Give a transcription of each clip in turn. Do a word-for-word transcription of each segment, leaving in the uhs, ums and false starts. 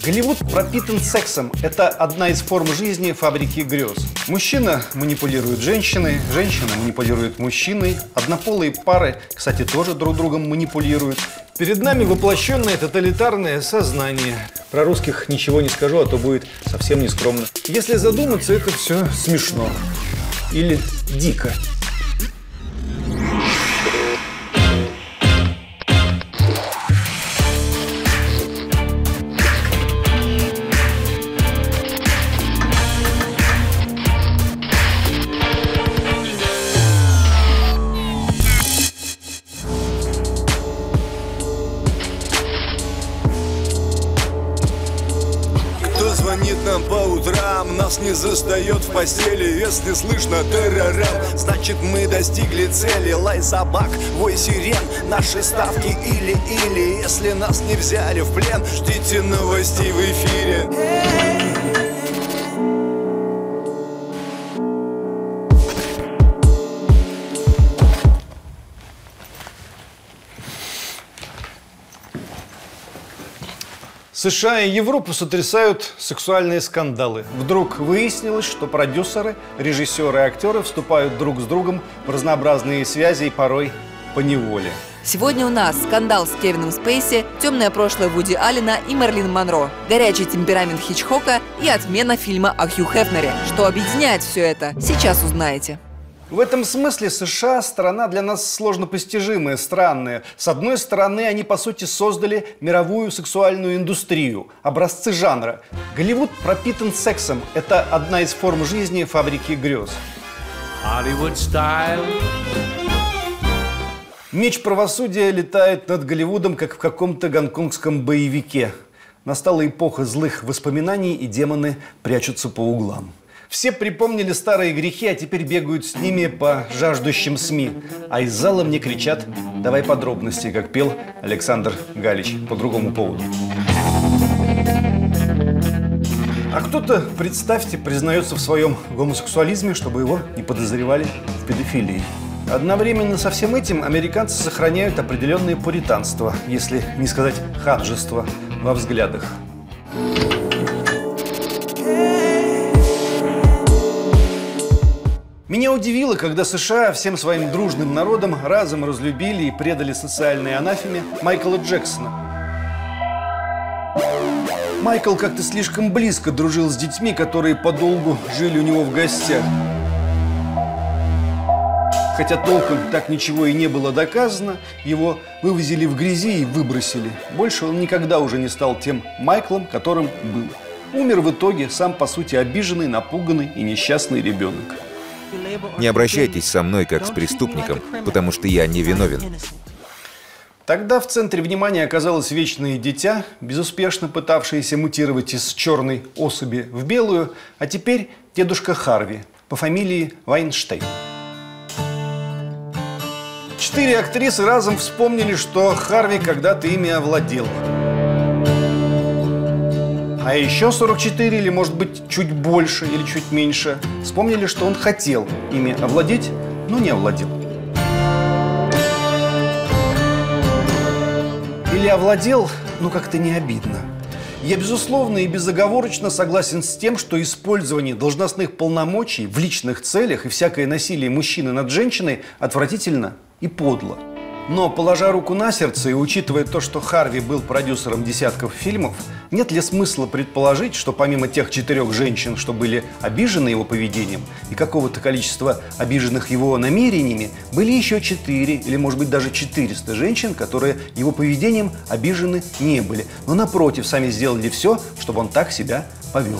Голливуд пропитан сексом. Это одна из форм жизни фабрики грез. Мужчина манипулирует женщиной, женщина манипулирует мужчиной. Однополые пары, кстати, тоже друг другом манипулируют. Перед нами воплощенное тоталитарное сознание. Про русских ничего не скажу, а то будет совсем нескромно. Если задуматься, это все смешно. Или дико. Звонит нам по утрам, нас не застает в постели. Если слышно террорам, значит мы достигли цели. Лай собак, вой сирен, наши ставки или-или. Если нас не взяли в плен, ждите новостей в эфире. США и Европу сотрясают сексуальные скандалы. Вдруг выяснилось, что продюсеры, режиссеры и актеры вступают друг с другом в разнообразные связи и порой поневоле. Сегодня у нас скандал с Кевином Спейси, темное прошлое Вуди Аллена и Мэрилин Монро, горячий темперамент Хичкока и отмена фильма о Хью Хефнере. Что объединяет все это, сейчас узнаете. В этом смысле США – страна для нас сложно постижимая, странная. С одной стороны, они, по сути, создали мировую сексуальную индустрию, образцы жанра. Голливуд пропитан сексом. Это одна из форм жизни фабрики грез. Меч правосудия летает над Голливудом, как в каком-то гонконгском боевике. Настала эпоха злых воспоминаний, и демоны прячутся по углам. Все припомнили старые грехи, а теперь бегают с ними по жаждущим СМИ. А из зала мне кричат: давай подробности, как пел Александр Галич по другому поводу. А кто-то, представьте, признается в своем гомосексуализме, чтобы его не подозревали в педофилии. Одновременно со всем этим американцы сохраняют определенное пуританство, если не сказать ханжество, во взглядах. Меня удивило, когда США всем своим дружным народом разом разлюбили и предали социальной анафеме Майкла Джексона. Майкл как-то слишком близко дружил с детьми, которые подолгу жили у него в гостях. Хотя толком так ничего и не было доказано, его вывозили в грязи и выбросили. Больше он никогда уже не стал тем Майклом, которым был. Умер в итоге сам, по сути, обиженный, напуганный и несчастный ребенок. Не обращайтесь со мной как с преступником, потому что я не виновен. Тогда в центре внимания оказалось вечное дитя, безуспешно пытавшееся мутировать из черной особи в белую, а теперь дедушка Харви по фамилии Вайнштейн. Четыре актрисы разом вспомнили, что Харви когда-то ими овладел. А еще сорок четыре, или, может быть, чуть больше или чуть меньше, вспомнили, что он хотел ими овладеть, но не овладел. Или овладел, но как-то не обидно. Я, безусловно и безоговорочно согласен с тем, что использование должностных полномочий в личных целях и всякое насилие мужчины над женщиной отвратительно и подло. Но, положа руку на сердце и учитывая то, что Харви был продюсером десятков фильмов, нет ли смысла предположить, что помимо тех четырех женщин, что были обижены его поведением, и какого-то количества обиженных его намерениями, были еще четыре или, может быть, даже четыреста женщин, которые его поведением обижены не были, но, напротив, сами сделали все, чтобы он так себя повел.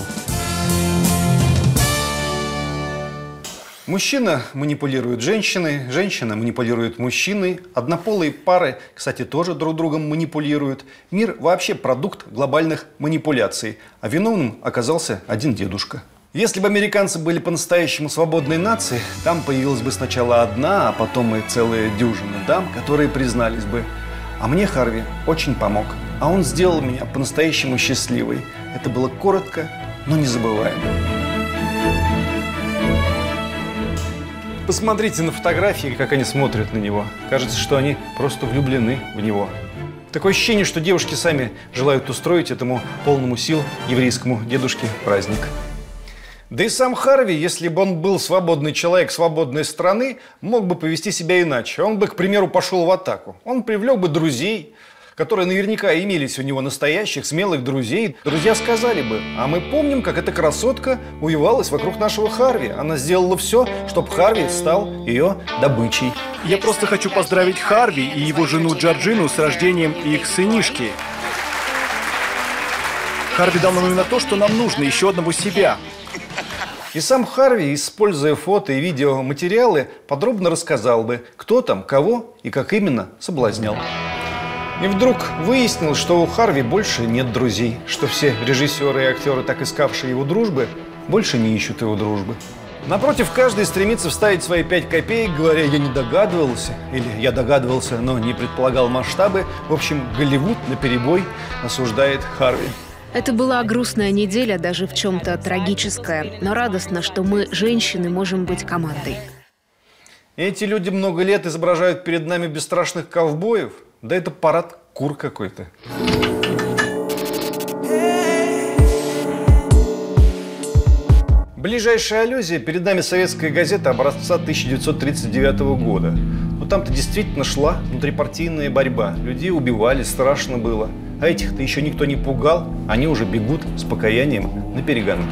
Мужчина манипулирует женщиной, женщина манипулирует мужчиной, однополые пары, кстати, тоже друг другом манипулируют. Мир вообще продукт глобальных манипуляций, а виновным оказался один дедушка. Если бы американцы были по-настоящему свободной нацией, там появилась бы сначала одна, а потом и целая дюжина дам, которые признались бы: а мне Харви очень помог, а он сделал меня по-настоящему счастливой. Это было коротко, но незабываемо. Посмотрите на фотографии, как они смотрят на него. Кажется, что они просто влюблены в него. Такое ощущение, что девушки сами желают устроить этому полному сил еврейскому дедушке праздник. Да и сам Харви, если бы он был свободный человек свободной страны, мог бы повести себя иначе. Он бы, к примеру, пошел в атаку. Он привлек бы друзей, которые наверняка имелись у него настоящих, смелых друзей. Друзья сказали бы: а мы помним, как эта красотка увивалась вокруг нашего Харви. Она сделала все, чтобы Харви стал ее добычей. Я просто хочу поздравить Харви и его жену Джорджину с рождением их сынишки. Харви дал нам именно то, что нам нужно, еще одного себя. И сам Харви, используя фото и видеоматериалы, подробно рассказал бы, кто там, кого и как именно соблазнял. И вдруг выяснилось, что у Харви больше нет друзей, что все режиссеры и актеры, так искавшие его дружбы, больше не ищут его дружбы. Напротив, каждый стремится вставить свои пять копеек, говоря: я не догадывался, или я догадывался, но не предполагал масштабы. В общем, Голливуд наперебой осуждает Харви. Это была грустная неделя, даже в чем-то трагическая, но радостно, что мы, женщины, можем быть командой. Эти люди много лет изображают перед нами бесстрашных ковбоев. Да это парад кур какой-то. Ближайшая аллюзия: перед нами советская газета образца тысяча девятьсот тридцать девятого года. Но там-то действительно шла внутрипартийная борьба. Людей убивали, страшно было. А этих-то еще никто не пугал, они уже бегут с покаянием на перегонки.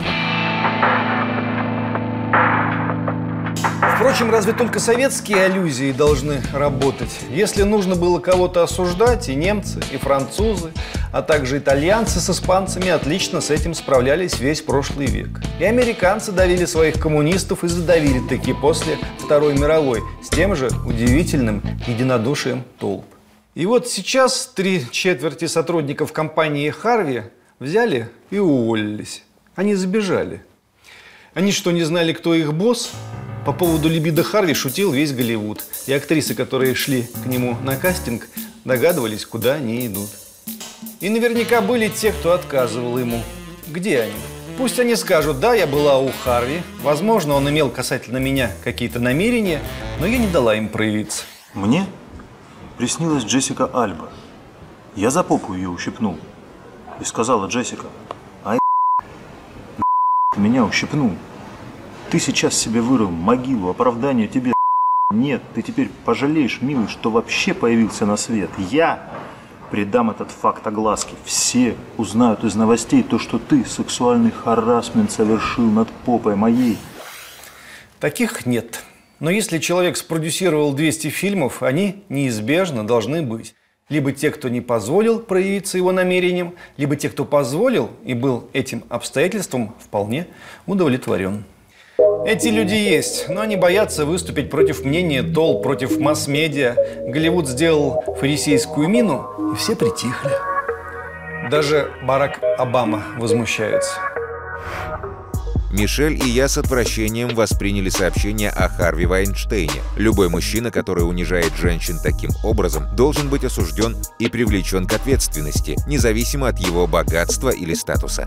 Впрочем, разве только советские аллюзии должны работать? Если нужно было кого-то осуждать, и немцы, и французы, а также итальянцы с испанцами отлично с этим справлялись весь прошлый век. И американцы давили своих коммунистов и задавили таки после Второй мировой с тем же удивительным единодушием толп. И вот сейчас три четверти сотрудников компании Харви взяли и уволились. Они забежали. Они что, не знали, кто их босс? По поводу либидо Харви шутил весь Голливуд. И актрисы, которые шли к нему на кастинг, догадывались, куда они идут. И наверняка были те, кто отказывал ему. Где они? Пусть они скажут: да, я была у Харви. Возможно, он имел касательно меня какие-то намерения, но я не дала им проявиться. Мне приснилась Джессика Альба. Я за попу ее ущипнул. И сказала: Джессика, ай, ты меня ущипнул. Ты сейчас себе вырыл могилу, оправдания тебе нет. Ты теперь пожалеешь, милый, что вообще появился на свет. Я придам этот факт огласке. Все узнают из новостей то, что ты сексуальный харассмент совершил над попой моей. Таких нет. Но если человек спродюсировал двести фильмов, они неизбежно должны быть. Либо те, кто не позволил проявиться его намерениям, либо те, кто позволил и был этим обстоятельством вполне удовлетворен. Эти люди есть, но они боятся выступить против мнения толп, против масс-медиа. Голливуд сделал фарисейскую мину, и все притихли. Даже Барак Обама возмущается. Мишель и я с отвращением восприняли сообщение о Харви Вайнштейне. Любой мужчина, который унижает женщин таким образом, должен быть осужден и привлечен к ответственности, независимо от его богатства или статуса.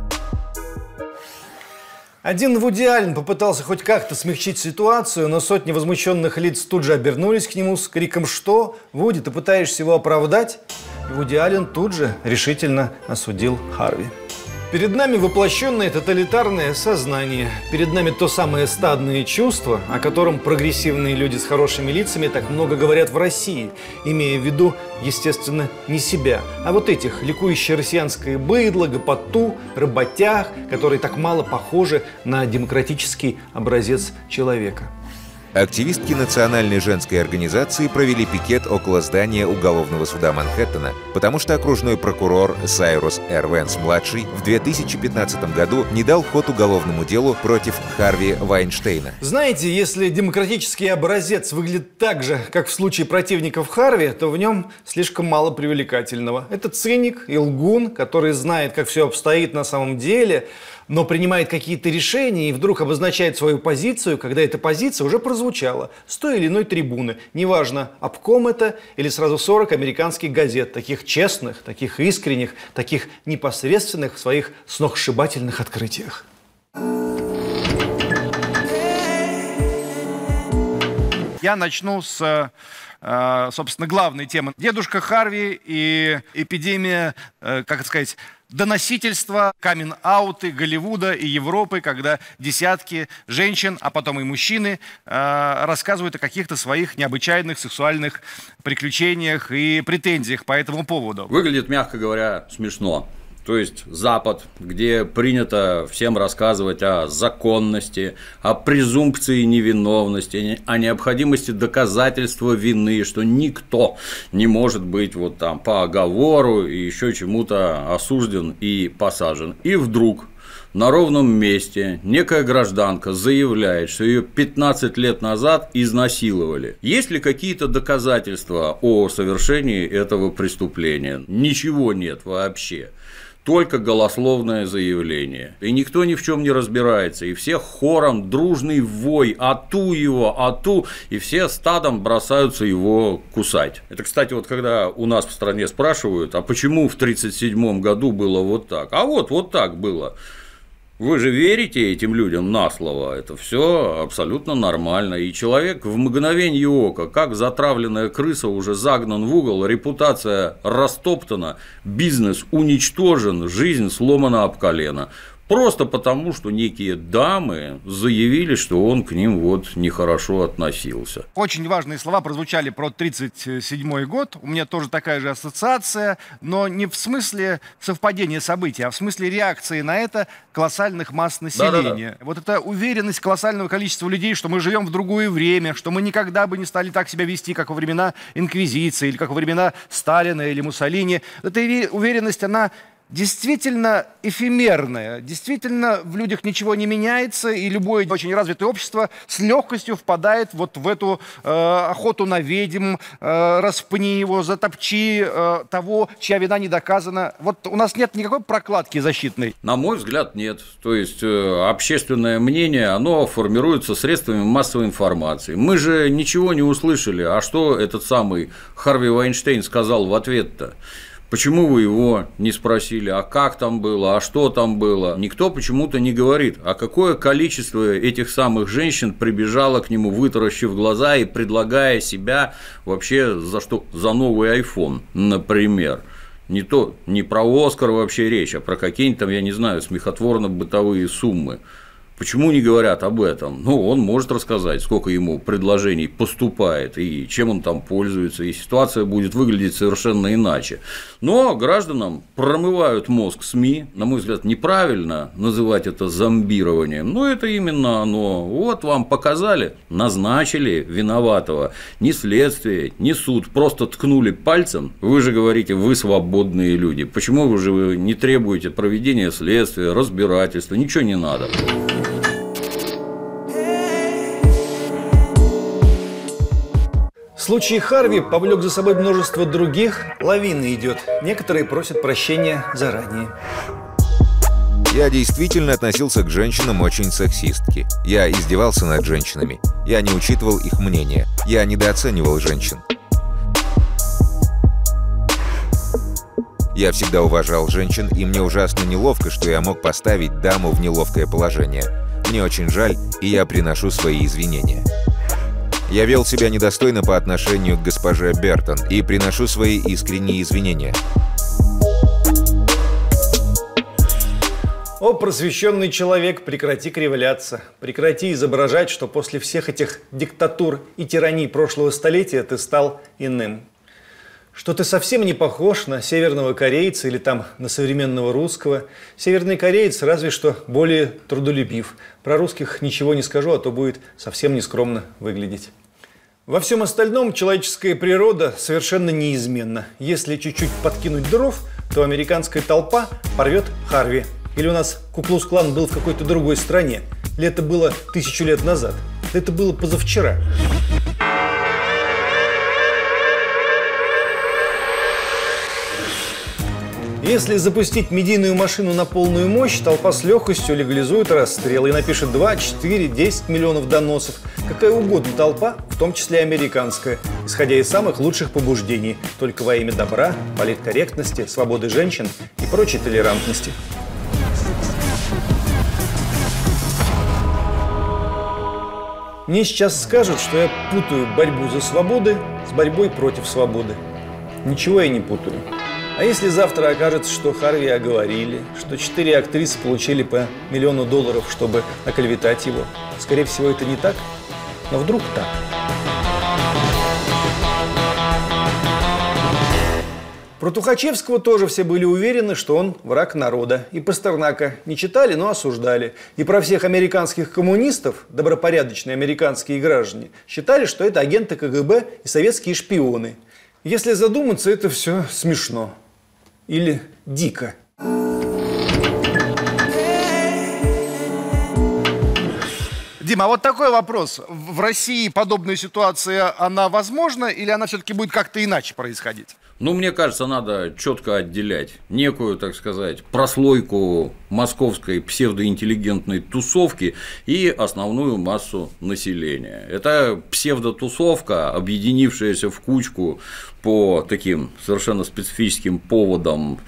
Один Вуди Аллен попытался хоть как-то смягчить ситуацию, но сотни возмущенных лиц тут же обернулись к нему с криком: «Что? Вуди, ты пытаешься его оправдать?» И Вуди Аллен тут же решительно осудил Харви. Перед нами воплощенное тоталитарное сознание. Перед нами то самое стадное чувство, о котором прогрессивные люди с хорошими лицами так много говорят в России, имея в виду, естественно, не себя, а вот этих, ликующее россиянское быдло, гопоту, работяг, которые так мало похожи на демократический образец человека. Активистки Национальной женской организации провели пикет около здания уголовного суда Манхэттена, потому что окружной прокурор Сайрус Р. Венс-младший в две тысячи пятнадцатом году не дал ход уголовному делу против Харви Вайнштейна. Знаете, если демократический образец выглядит так же, как в случае противников Харви, то в нем слишком мало привлекательного. Это циник и лгун, который знает, как все обстоит на самом деле, но принимает какие-то решения и вдруг обозначает свою позицию, когда эта позиция уже прозвучала с той или иной трибуны. Неважно, обком это или сразу сорок американских газет, таких честных, таких искренних, таких непосредственных в своих сногсшибательных открытиях. Я начну с, собственно, главной темы. Дедушка Харви и эпидемия, как это сказать, доносительства, камин-ауты Голливуда и Европы, когда десятки женщин, а потом и мужчины рассказывают о каких-то своих необычайных сексуальных приключениях и претензиях по этому поводу. Выглядит, мягко говоря, смешно. То есть Запад, где принято всем рассказывать о законности, о презумпции невиновности, о необходимости доказательства вины, что никто не может быть вот там по оговору и еще чему-то осужден и посажен. И вдруг на ровном месте некая гражданка заявляет, что ее пятнадцать лет назад изнасиловали. Есть ли какие-то доказательства о совершении этого преступления? Ничего нет вообще. Только голословное заявление. И никто ни в чем не разбирается. И все хором дружный вой: ату его, ату. И все стадом бросаются его кусать. Это, кстати, вот когда у нас в стране спрашивают, а почему в тридцать седьмом году было вот так? А вот, вот так было. Вы же верите этим людям на слово, это все абсолютно нормально. И человек в мгновение ока, как затравленная крыса, уже загнан в угол, репутация растоптана, бизнес уничтожен, жизнь сломана об колено. Просто потому, что некие дамы заявили, что он к ним вот нехорошо относился. Очень важные слова прозвучали про тридцать седьмой год. У меня тоже такая же ассоциация, но не в смысле совпадения событий, а в смысле реакции на это колоссальных масс населения. Да-да-да. Вот эта уверенность колоссального количества людей, что мы живем в другое время, что мы никогда бы не стали так себя вести, как во времена Инквизиции, или как во времена Сталина или Муссолини. Эта уверенность, она действительно эфемерная, действительно в людях ничего не меняется, и любое очень развитое общество с легкостью впадает вот в эту э, охоту на ведьм, э, распни его, затопчи э, того, чья вина не доказана. Вот у нас нет никакой прокладки защитной. На мой взгляд, нет. То есть э, общественное мнение, оно формируется средствами массовой информации. Мы же ничего не услышали, а что этот самый Харви Вайнштейн сказал в ответ-то? Почему вы его не спросили, а как там было, а что там было? Никто почему-то не говорит, а какое количество этих самых женщин прибежало к нему, вытаращив глаза и предлагая себя вообще за что? За новый iPhone, например. Не то, не про Оскар вообще речь, а про какие-нибудь там, я не знаю, смехотворно-бытовые суммы. Почему не говорят об этом? Ну, он может рассказать, сколько ему предложений поступает и чем он там пользуется, и ситуация будет выглядеть совершенно иначе. Но гражданам промывают мозг СМИ, на мой взгляд, неправильно называть это зомбированием, но это именно оно. Вот вам показали, назначили виноватого, ни следствие, ни суд, просто ткнули пальцем, вы же говорите, вы свободные люди. Почему вы же не требуете проведения следствия, разбирательства, ничего не надо. Случай Харви повлек за собой множество других, лавина идет. Некоторые просят прощения заранее. Я действительно относился к женщинам очень сексистски. Я издевался над женщинами. Я не учитывал их мнение. Я недооценивал женщин. Я всегда уважал женщин, и мне ужасно неловко, что я мог поставить даму в неловкое положение. Мне очень жаль, и я приношу свои извинения. Я вел себя недостойно по отношению к госпоже Бертон и приношу свои искренние извинения. О, просвещенный человек, прекрати кривляться. Прекрати изображать, что после всех этих диктатур и тираний прошлого столетия ты стал иным. Что ты совсем не похож на северного корейца или там на современного русского. Северный кореец разве что более трудолюбив. Про русских ничего не скажу, а то будет совсем нескромно выглядеть. Во всем остальном человеческая природа совершенно неизменна. Если чуть-чуть подкинуть дров, то американская толпа порвет Харви. Или у нас Ку-Клукс-Клан был в какой-то другой стране. Или это было тысячу лет назад. Это было позавчера. Если запустить медийную машину на полную мощь, толпа с легкостью легализует расстрел и напишет два, четыре, десять миллионов доносов. Какая угодно толпа, в том числе американская, исходя из самых лучших побуждений, только во имя добра, политкорректности, свободы женщин и прочей толерантности. Мне сейчас скажут, что я путаю борьбу за свободу с борьбой против свободы. Ничего я не путаю. А если завтра окажется, что Харви оговорили, что четыре актрисы получили по миллиону долларов, чтобы оклеветать его, скорее всего, это не так, но вдруг так. Про Тухачевского тоже все были уверены, что он враг народа. И Пастернака не читали, но осуждали. И про всех американских коммунистов, добропорядочные американские граждане, считали, что это агенты ка гэ бэ и советские шпионы. Если задуматься, это все смешно. Или дико. Дима, а вот такой вопрос. В России подобная ситуация, она возможна или она все-таки будет как-то иначе происходить? Ну, мне кажется, надо четко отделять некую, так сказать, прослойку московской псевдоинтеллигентной тусовки и основную массу населения. Это псевдотусовка, объединившаяся в кучку по таким совершенно специфическим поводам,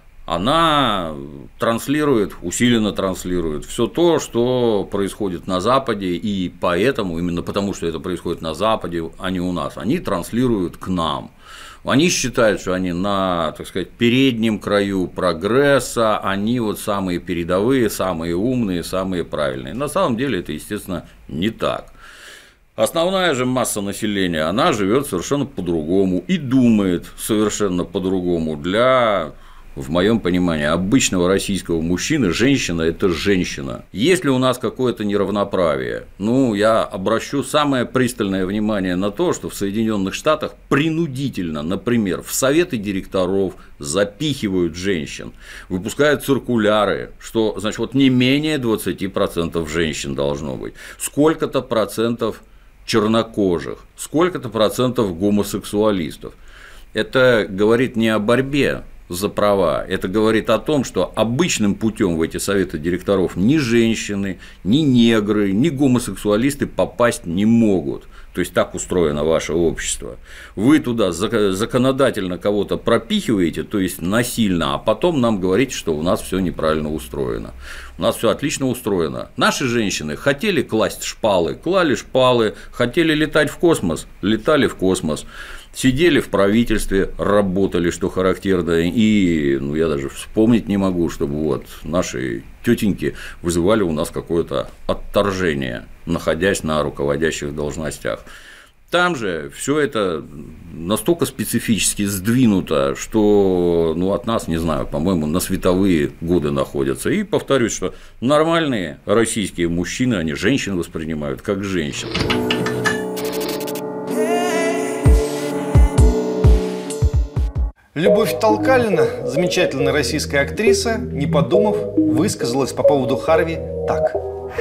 она транслирует, усиленно транслирует все то, что происходит на Западе, и поэтому, именно потому, что это происходит на Западе, а не у нас, они транслируют к нам. Они считают, что они на, так сказать, переднем краю прогресса, они вот самые передовые, самые умные, самые правильные. На самом деле это, естественно, не так. Основная же масса населения, она живет совершенно по-другому и думает совершенно по-другому. Для, в моем понимании, обычного российского мужчины женщина – это женщина. Если у нас какое-то неравноправие, ну, я обращу самое пристальное внимание на то, что в Соединенных Штатах принудительно, например, в советы директоров запихивают женщин, выпускают циркуляры, что, значит, вот не менее двадцати процентов женщин должно быть, сколько-то процентов чернокожих, сколько-то процентов гомосексуалистов. Это говорит не о борьбе за права. Это говорит о том, что обычным путем в эти советы директоров ни женщины, ни негры, ни гомосексуалисты попасть не могут. То есть так устроено ваше общество. Вы туда законодательно кого-то пропихиваете, то есть насильно, а потом нам говорите, что у нас все неправильно устроено. У нас все отлично устроено. Наши женщины хотели класть шпалы, клали шпалы, хотели летать в космос, летали в космос. Сидели в правительстве, работали, что характерно, и ну, я даже вспомнить не могу, чтобы вот наши тетеньки вызывали у нас какое-то отторжение, находясь на руководящих должностях. Там же все это настолько специфически сдвинуто, что ну, от нас, не знаю, по-моему, на световые годы находятся. И повторюсь, что нормальные российские мужчины, они женщин воспринимают как женщин. Любовь Толкалина, замечательная российская актриса, не подумав, высказалась по поводу Харви так.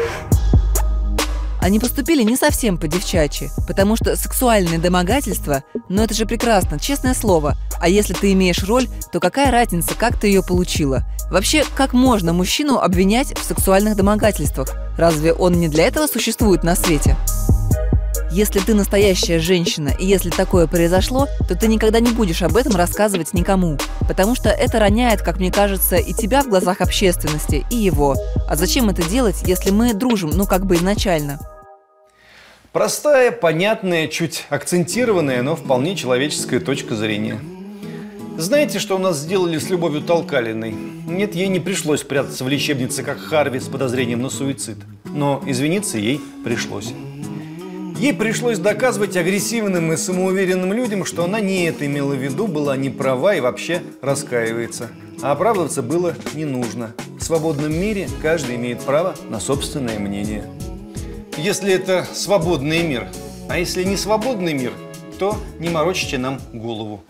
Они поступили не совсем по-девчачьи, потому что сексуальное домогательство, ну это же прекрасно, честное слово. А если ты имеешь роль, то какая разница, как ты ее получила? Вообще, как можно мужчину обвинять в сексуальных домогательствах? Разве он не для этого существует на свете? Если ты настоящая женщина, и если такое произошло, то ты никогда не будешь об этом рассказывать никому. Потому что это роняет, как мне кажется, и тебя в глазах общественности, и его. А зачем это делать, если мы дружим, ну как бы изначально? Простая, понятная, чуть акцентированная, но вполне человеческая точка зрения. Знаете, что у нас сделали с Любовью Толкалиной? Нет, ей не пришлось прятаться в лечебнице, как Харви, с подозрением на суицид. Но извиниться ей пришлось. Ей пришлось доказывать агрессивным и самоуверенным людям, что она не это имела в виду, была не права и вообще раскаивается. А оправдываться было не нужно. В свободном мире каждый имеет право на собственное мнение. Если это свободный мир, а если не свободный мир, то не морочите нам голову.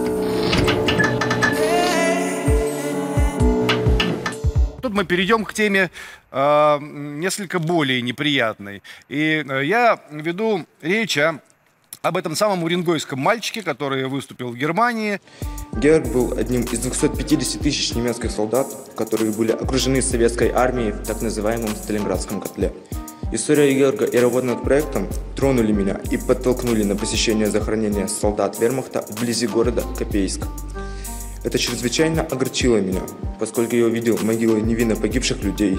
Тут мы перейдем к теме э, несколько более неприятной. И э, я веду речь о, об этом самом уренгойском мальчике, который выступил в Германии. Георг был одним из двухсот пятидесяти тысяч немецких солдат, которые были окружены советской армией в так называемом Сталинградском котле. История Георга и работа над проектом тронули меня и подтолкнули на посещение захоронения солдат вермахта вблизи города Копейск. Это чрезвычайно огорчило меня, поскольку я увидел могилы невинно погибших людей,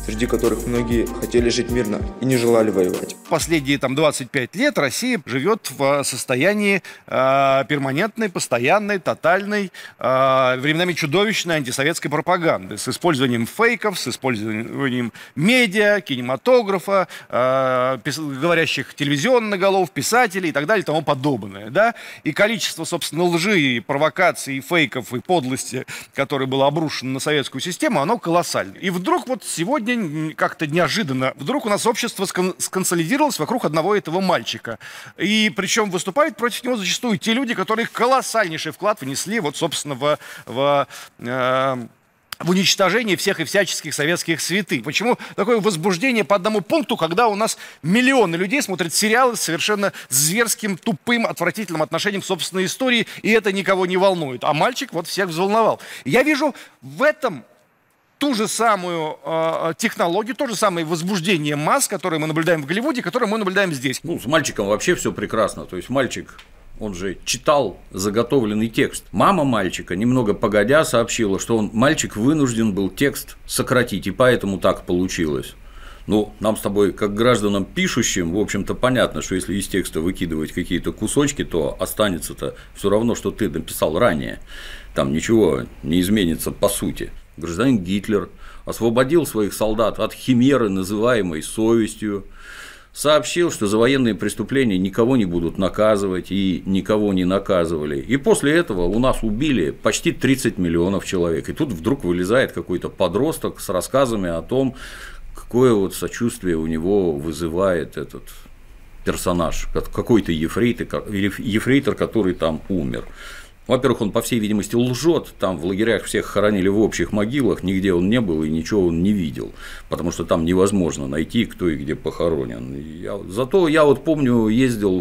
среди которых многие хотели жить мирно и не желали воевать. Последние там двадцать пять лет Россия живет в состоянии э, перманентной, постоянной, тотальной, э, временами чудовищной антисоветской пропаганды с использованием фейков, с использованием медиа, кинематографа, э, пис- говорящих телевизионных голов, писателей и так далее и тому подобное. Да? И количество, собственно, лжи, и провокаций, и фейков, и подлости, которое было обрушено на советскую систему, оно колоссальное. И вдруг вот сегодня как-то неожиданно, вдруг у нас общество скон- сконсолидировалось вокруг одного этого мальчика. И причем выступают против него зачастую те люди, которые колоссальнейший вклад внесли, вот, собственно, в... в э, в уничтожении всех и всяческих советских святынь. Почему такое возбуждение по одному пункту, когда у нас миллионы людей смотрят сериалы с совершенно зверским, тупым, отвратительным отношением к собственной истории, и это никого не волнует. А мальчик вот всех взволновал. Я вижу в этом ту же самую э, технологию, то же самое возбуждение масс, которое мы наблюдаем в Голливуде, которое мы наблюдаем здесь. Ну, с мальчиком вообще все прекрасно. То есть мальчик... Он же читал заготовленный текст. Мама мальчика, немного погодя, сообщила, что он, мальчик вынужден был текст сократить, и поэтому так получилось. Ну, нам с тобой, как гражданам пишущим, в общем-то, понятно, что если из текста выкидывать какие-то кусочки, то останется-то все равно, что ты написал ранее. Там ничего не изменится по сути. Гражданин Гитлер освободил своих солдат от химеры, называемой совестью, сообщил, что за военные преступления никого не будут наказывать, и никого не наказывали. И после этого у нас убили почти тридцать миллионов человек. И тут вдруг вылезает какой-то подросток с рассказами о том, какое вот сочувствие у него вызывает этот персонаж, какой-то ефрейтор, ефрейтор, который там умер. Во-первых, он, по всей видимости, лжет, там в лагерях всех хоронили в общих могилах, нигде он не был и ничего он не видел, потому что там невозможно найти, кто и где похоронен. Я... Зато я вот помню, ездил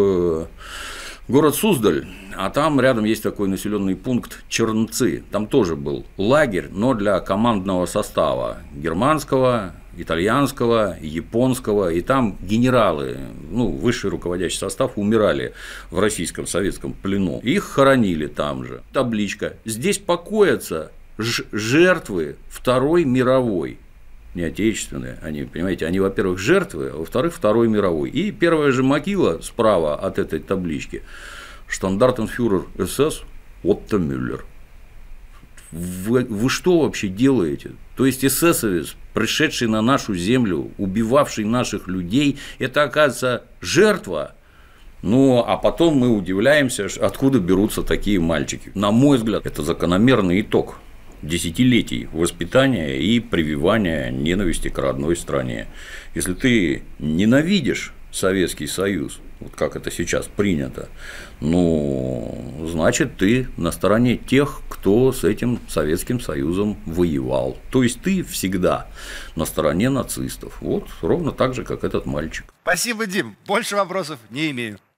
в город Суздаль, а там рядом есть такой населенный пункт Чернцы, там тоже был лагерь, но для командного состава германского, итальянского, японского, и там генералы, ну, высший руководящий состав умирали в российском советском плену. Их хоронили там же. Табличка: здесь покоятся жертвы Второй мировой. Не отечественные, они, понимаете, они, во-первых, жертвы, а во-вторых, Второй мировой. И первая же могила справа от этой таблички — штандартенфюрер СС Отто Мюллер. Вы, вы что вообще делаете? То есть эсэсовец, пришедший на нашу землю, убивавший наших людей, это, оказывается, жертва. Ну, а потом мы удивляемся, откуда берутся такие мальчики. На мой взгляд, это закономерный итог десятилетий воспитания и прививания ненависти к родной стране. Если ты ненавидишь Советский Союз, вот как это сейчас принято, ну, значит, ты на стороне тех, кто с этим Советским Союзом воевал. То есть ты всегда на стороне нацистов. Вот ровно так же, как этот мальчик. Спасибо, Дим. Больше вопросов не имею.